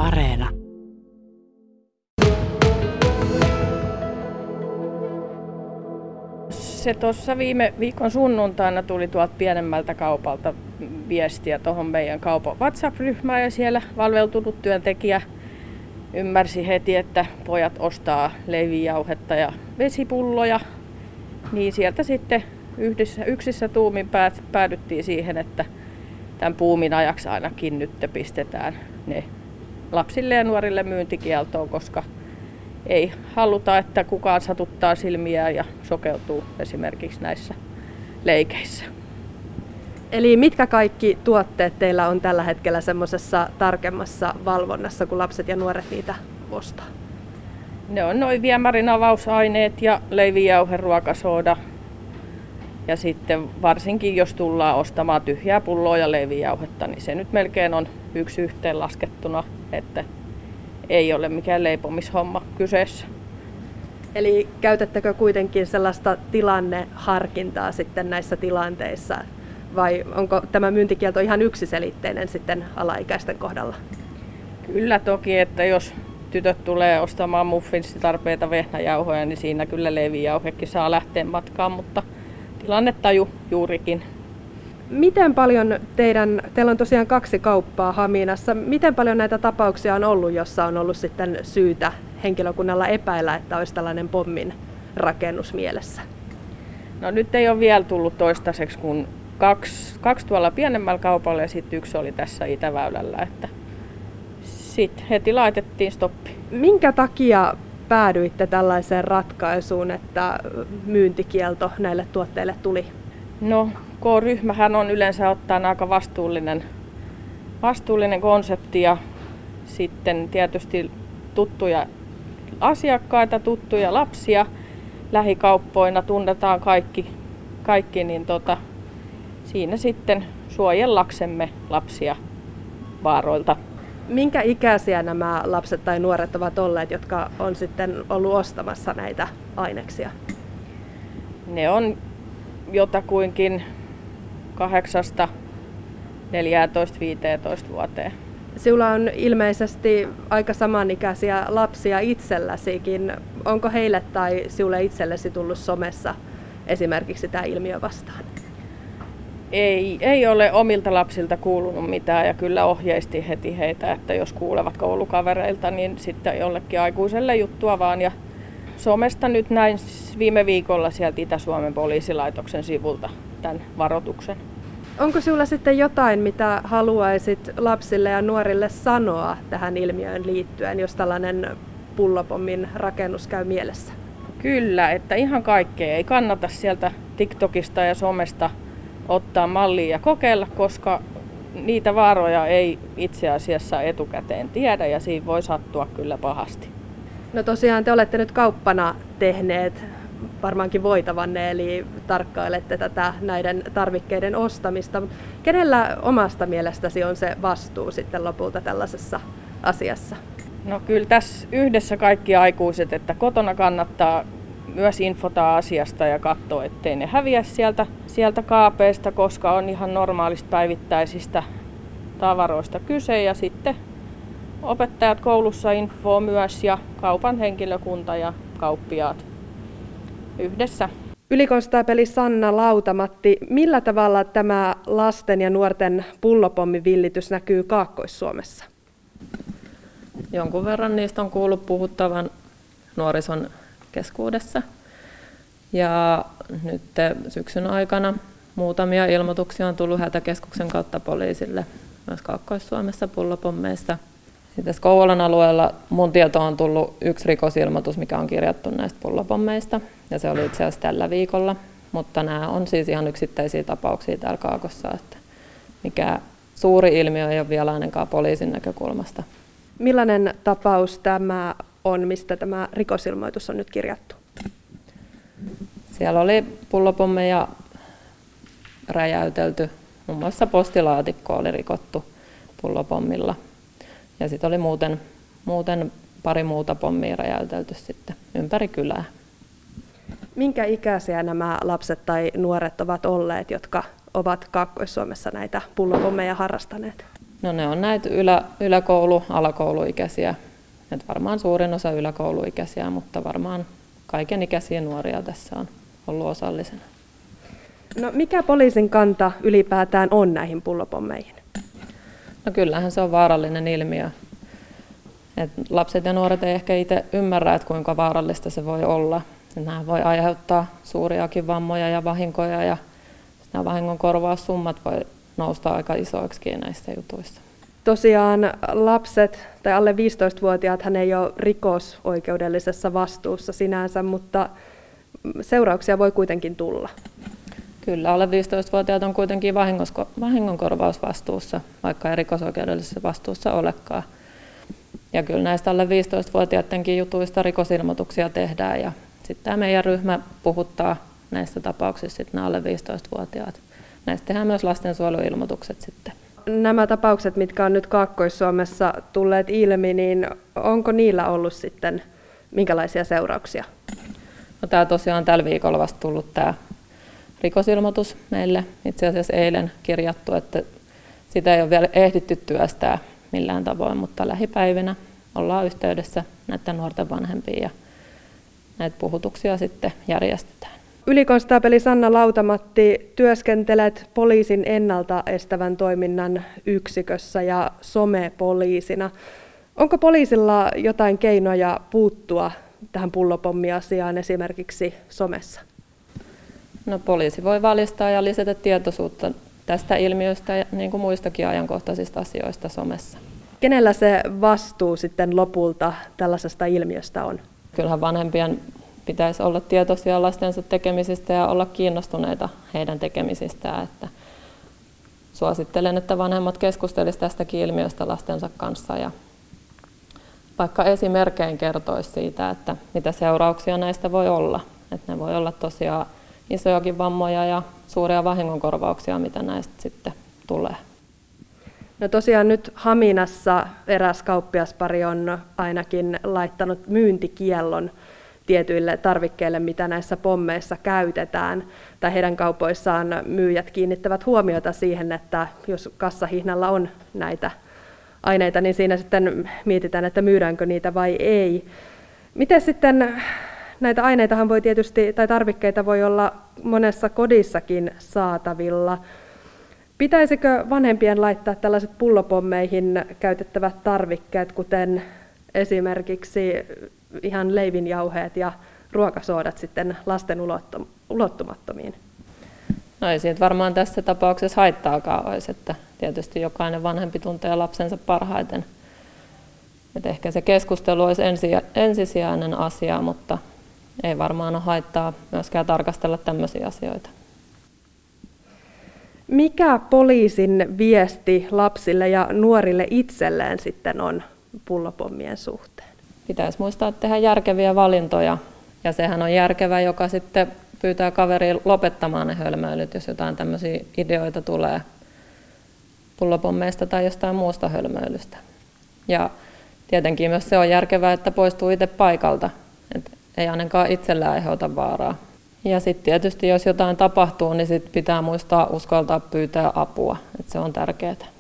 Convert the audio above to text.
Areena. Se tuossa viime viikon sunnuntaina tuli tuolta pienemmältä kaupalta viestiä tuohon meidän kaupan WhatsApp-ryhmään ja siellä valveutunut työntekijä ymmärsi heti, että pojat ostaa leivijauhetta ja vesipulloja. Niin sieltä sitten yksissä tuumin päädyttiin siihen, että tämän buumin ajaksi ainakin nyt pistetään ne lapsille ja nuorille myyntikieltoon, koska ei haluta, että kukaan satuttaa silmiään ja sokeutuu esimerkiksi näissä leikeissä. Eli mitkä kaikki tuotteet teillä on tällä hetkellä semmoisessa tarkemmassa valvonnassa, kun lapset ja nuoret niitä ostaa? Ne on noin viemärin avausaineet ja leivijauhe, ruokasooda. Ja sitten varsinkin jos tullaan ostamaan tyhjää pulloa ja leivijauhetta, niin se nyt melkein on yksi yhteen laskettuna, että ei ole mikään leipomishomma kyseessä. Eli käytättekö kuitenkin sellaista tilanneharkintaa sitten näissä tilanteissa, vai onko tämä myyntikielto ihan yksiselitteinen sitten alaikäisten kohdalla? Kyllä toki, että jos tytöt tulee ostamaan muffinsitarpeita vehnäjauhoja, niin siinä kyllä leivijauhekin saa lähteä matkaan, mutta tilannetaju juurikin. Miten paljon teillä on tosiaan 2 kauppaa Haminassa, miten paljon näitä tapauksia on ollut, jossa on ollut sitten syytä henkilökunnalla epäillä, että olisi tällainen pommin rakennus mielessä? No nyt ei ole vielä tullut toistaiseksi kuin kaksi tuolla pienemmällä kaupalla ja sitten yksi oli tässä Itäväylällä, että sitten heti laitettiin stoppi. Minkä takia päädyitte tällaiseen ratkaisuun, että myyntikielto näille tuotteille tuli? No, K-ryhmähän on yleensä ottaen aika vastuullinen konsepti ja sitten tietysti tuttuja asiakkaita, tuttuja lapsia lähikauppoina, tunnetaan kaikki niin siinä sitten suojellaksemme lapsia vaaroilta. Minkä ikäisiä nämä lapset tai nuoret ovat olleet, jotka on sitten ollut ostamassa näitä aineksia? Ne on jotakuinkin 8-14-15 vuoteen. Sinulla on ilmeisesti aika samanikäisiä lapsia itselläsikin. Onko heille tai sinulle itsellesi tullut somessa esimerkiksi tämä ilmiö vastaan? Ei ole omilta lapsilta kuulunut mitään ja kyllä ohjeisti heti heitä, että jos kuulevat koulukavereilta, niin sitten jollekin aikuiselle juttua vaan. Ja somesta nyt näin viime viikolla sieltä Itä-Suomen poliisilaitoksen sivulta tämän varoituksen. Onko sinulla sitten jotain, mitä haluaisit lapsille ja nuorille sanoa tähän ilmiöön liittyen, jos tällainen pullopommin rakennus käy mielessä? Kyllä, että ihan kaikkea ei kannata sieltä TikTokista ja somesta ottaa mallia ja kokeilla, koska niitä vaaroja ei itse asiassa etukäteen tiedä ja siinä voi sattua kyllä pahasti. No tosiaan te olette nyt kauppana tehneet varmaankin voitavanne, eli tarkkailette tätä näiden tarvikkeiden ostamista. Kenellä omasta mielestäsi on se vastuu sitten lopulta tällaisessa asiassa? No kyllä tässä yhdessä kaikki aikuiset, että kotona kannattaa myös infota asiasta ja katsoa, ettei ne häviä sieltä kaapeista, koska on ihan normaalista päivittäisistä tavaroista kyse. Ja sitten opettajat koulussa infoo myös ja kaupan henkilökunta ja kauppiaat yhdessä. Ylikonstaapeli Sanna Lautamatti, millä tavalla tämä lasten ja nuorten pullopommivillitys näkyy Kaakkois-Suomessa? Jonkun verran niistä on kuullut puhuttavan nuorison keskuudessa. Ja nyt syksyn aikana muutamia ilmoituksia on tullut Hätäkeskuksen kautta poliisille myös Kaakkois-Suomessa pullopommeista. Sitten Kouvolan alueella mun tietoon on tullut 1 rikosilmoitus, mikä on kirjattu näistä pullopommeista, ja se oli itse asiassa tällä viikolla. Mutta nämä on siis ihan yksittäisiä tapauksia täällä Kaakossa, että mikä suuri ilmiö ei ole vielä ainakaan poliisin näkökulmasta. Millainen tapaus tämä on, mistä tämä rikosilmoitus on nyt kirjattu? Siellä oli pullopommeja räjäytelty, muun muassa postilaatikko oli rikottu pullopommilla. Ja sitten oli muuten pari muuta pommia räjäytelty sitten ympäri kylää. Minkä ikäisiä nämä lapset tai nuoret ovat olleet, jotka ovat Kaakkois-Suomessa näitä pullopommeja harrastaneet? No ne on näitä alakouluikäisiä. Et varmaan suurin osa yläkouluikäisiä, mutta varmaan kaikenikäisiä nuoria tässä on ollut osallisena. No mikä poliisin kanta ylipäätään on näihin pullopommeihin? No kyllähän se on vaarallinen ilmiö. Et lapset ja nuoret ei ehkä itse ymmärrä, että kuinka vaarallista se voi olla. Nämä voi aiheuttaa suuriakin vammoja ja vahinkoja ja nämä vahingonkorvaussummat voi nousta aika isoiksi näistä jutuista. Tosiaan lapset tai alle 15-vuotiaat hän ei ole rikosoikeudellisessa vastuussa sinänsä, mutta seurauksia voi kuitenkin tulla. Kyllä, alle 15-vuotiaat on kuitenkin vahingonkorvausvastuussa, vaikka ei rikosoikeudellisessa vastuussa olekaan. Ja kyllä näistä alle 15-vuotiaidenkin jutuista rikosilmoituksia tehdään ja sitten tämä meidän ryhmä puhuttaa näissä tapauksissa sitten nämä alle 15-vuotiaat. Näistä tehdään myös lastensuojeluilmoitukset sitten. Nämä tapaukset, mitkä on nyt Kaakkois-Suomessa tulleet ilmi, niin onko niillä ollut sitten minkälaisia seurauksia? No, tämä tosiaan tällä viikolla vasta tullut tämä rikosilmoitus meille. Itse asiassa eilen kirjattu, että sitä ei ole vielä ehditty työstää millään tavoin, mutta lähipäivinä ollaan yhteydessä näiden nuorten vanhempiin ja näitä puhutuksia sitten järjestetään. Ylikonstaapeli Sanna Lautamatti, työskentelet poliisin ennalta estävän toiminnan yksikössä ja somepoliisina. Onko poliisilla jotain keinoja puuttua tähän pullopommiasiaan esimerkiksi somessa? No, poliisi voi valistaa ja lisätä tietoisuutta tästä ilmiöstä ja niin kuin muistakin ajankohtaisista asioista somessa. Kenellä se vastuu sitten lopulta tällaisesta ilmiöstä on? Kyllähän vanhempien pitäisi olla tietoisia lastensa tekemisistä ja olla kiinnostuneita heidän tekemisistään. Että suosittelen, että vanhemmat keskustelisivat tästäkin ilmiöstä lastensa kanssa ja vaikka esimerkkein kertoisi siitä, että mitä seurauksia näistä voi olla. Että ne voi olla tosiaan isojakin vammoja ja suuria vahingonkorvauksia, mitä näistä sitten tulee. No tosiaan nyt Haminassa eräs kauppiaspari on ainakin laittanut myyntikiellon tietyille tarvikkeille, mitä näissä pommeissa käytetään. Tai heidän kaupoissaan myyjät kiinnittävät huomiota siihen, että jos kassahihnalla on näitä aineita, niin siinä sitten mietitään, että myydäänkö niitä vai ei. Miten sitten näitä aineitahan voi tietysti, tai tarvikkeita voi olla monessa kodissakin saatavilla. Pitäisikö vanhempien laittaa tällaiset pullopommeihin käytettävät tarvikkeet, kuten esimerkiksi ihan leivinjauheet ja ruokasoodat sitten lasten ulottumattomiin? No ei siitä varmaan tässä tapauksessa haittaakaan olisi, että tietysti jokainen vanhempi tuntee lapsensa parhaiten. Et ehkä se keskustelu olisi ensisijainen asia, mutta ei varmaan ole haittaa myöskään tarkastella tämmöisiä asioita. Mikä poliisin viesti lapsille ja nuorille itselleen sitten on pullopommien suhteen? Pitäisi muistaa tehdä järkeviä valintoja, ja sehän on järkevä, joka sitten pyytää kaveria lopettamaan ne hölmöilyt, jos jotain tämmöisiä ideoita tulee pullopommeista tai jostain muusta hölmöilystä. Ja tietenkin myös se on järkevää, että poistuu itse paikalta, että ei ainakaan itsellä aiheuta vaaraa. Ja sitten tietysti jos jotain tapahtuu, niin sit pitää muistaa uskaltaa pyytää apua, että se on tärkeää.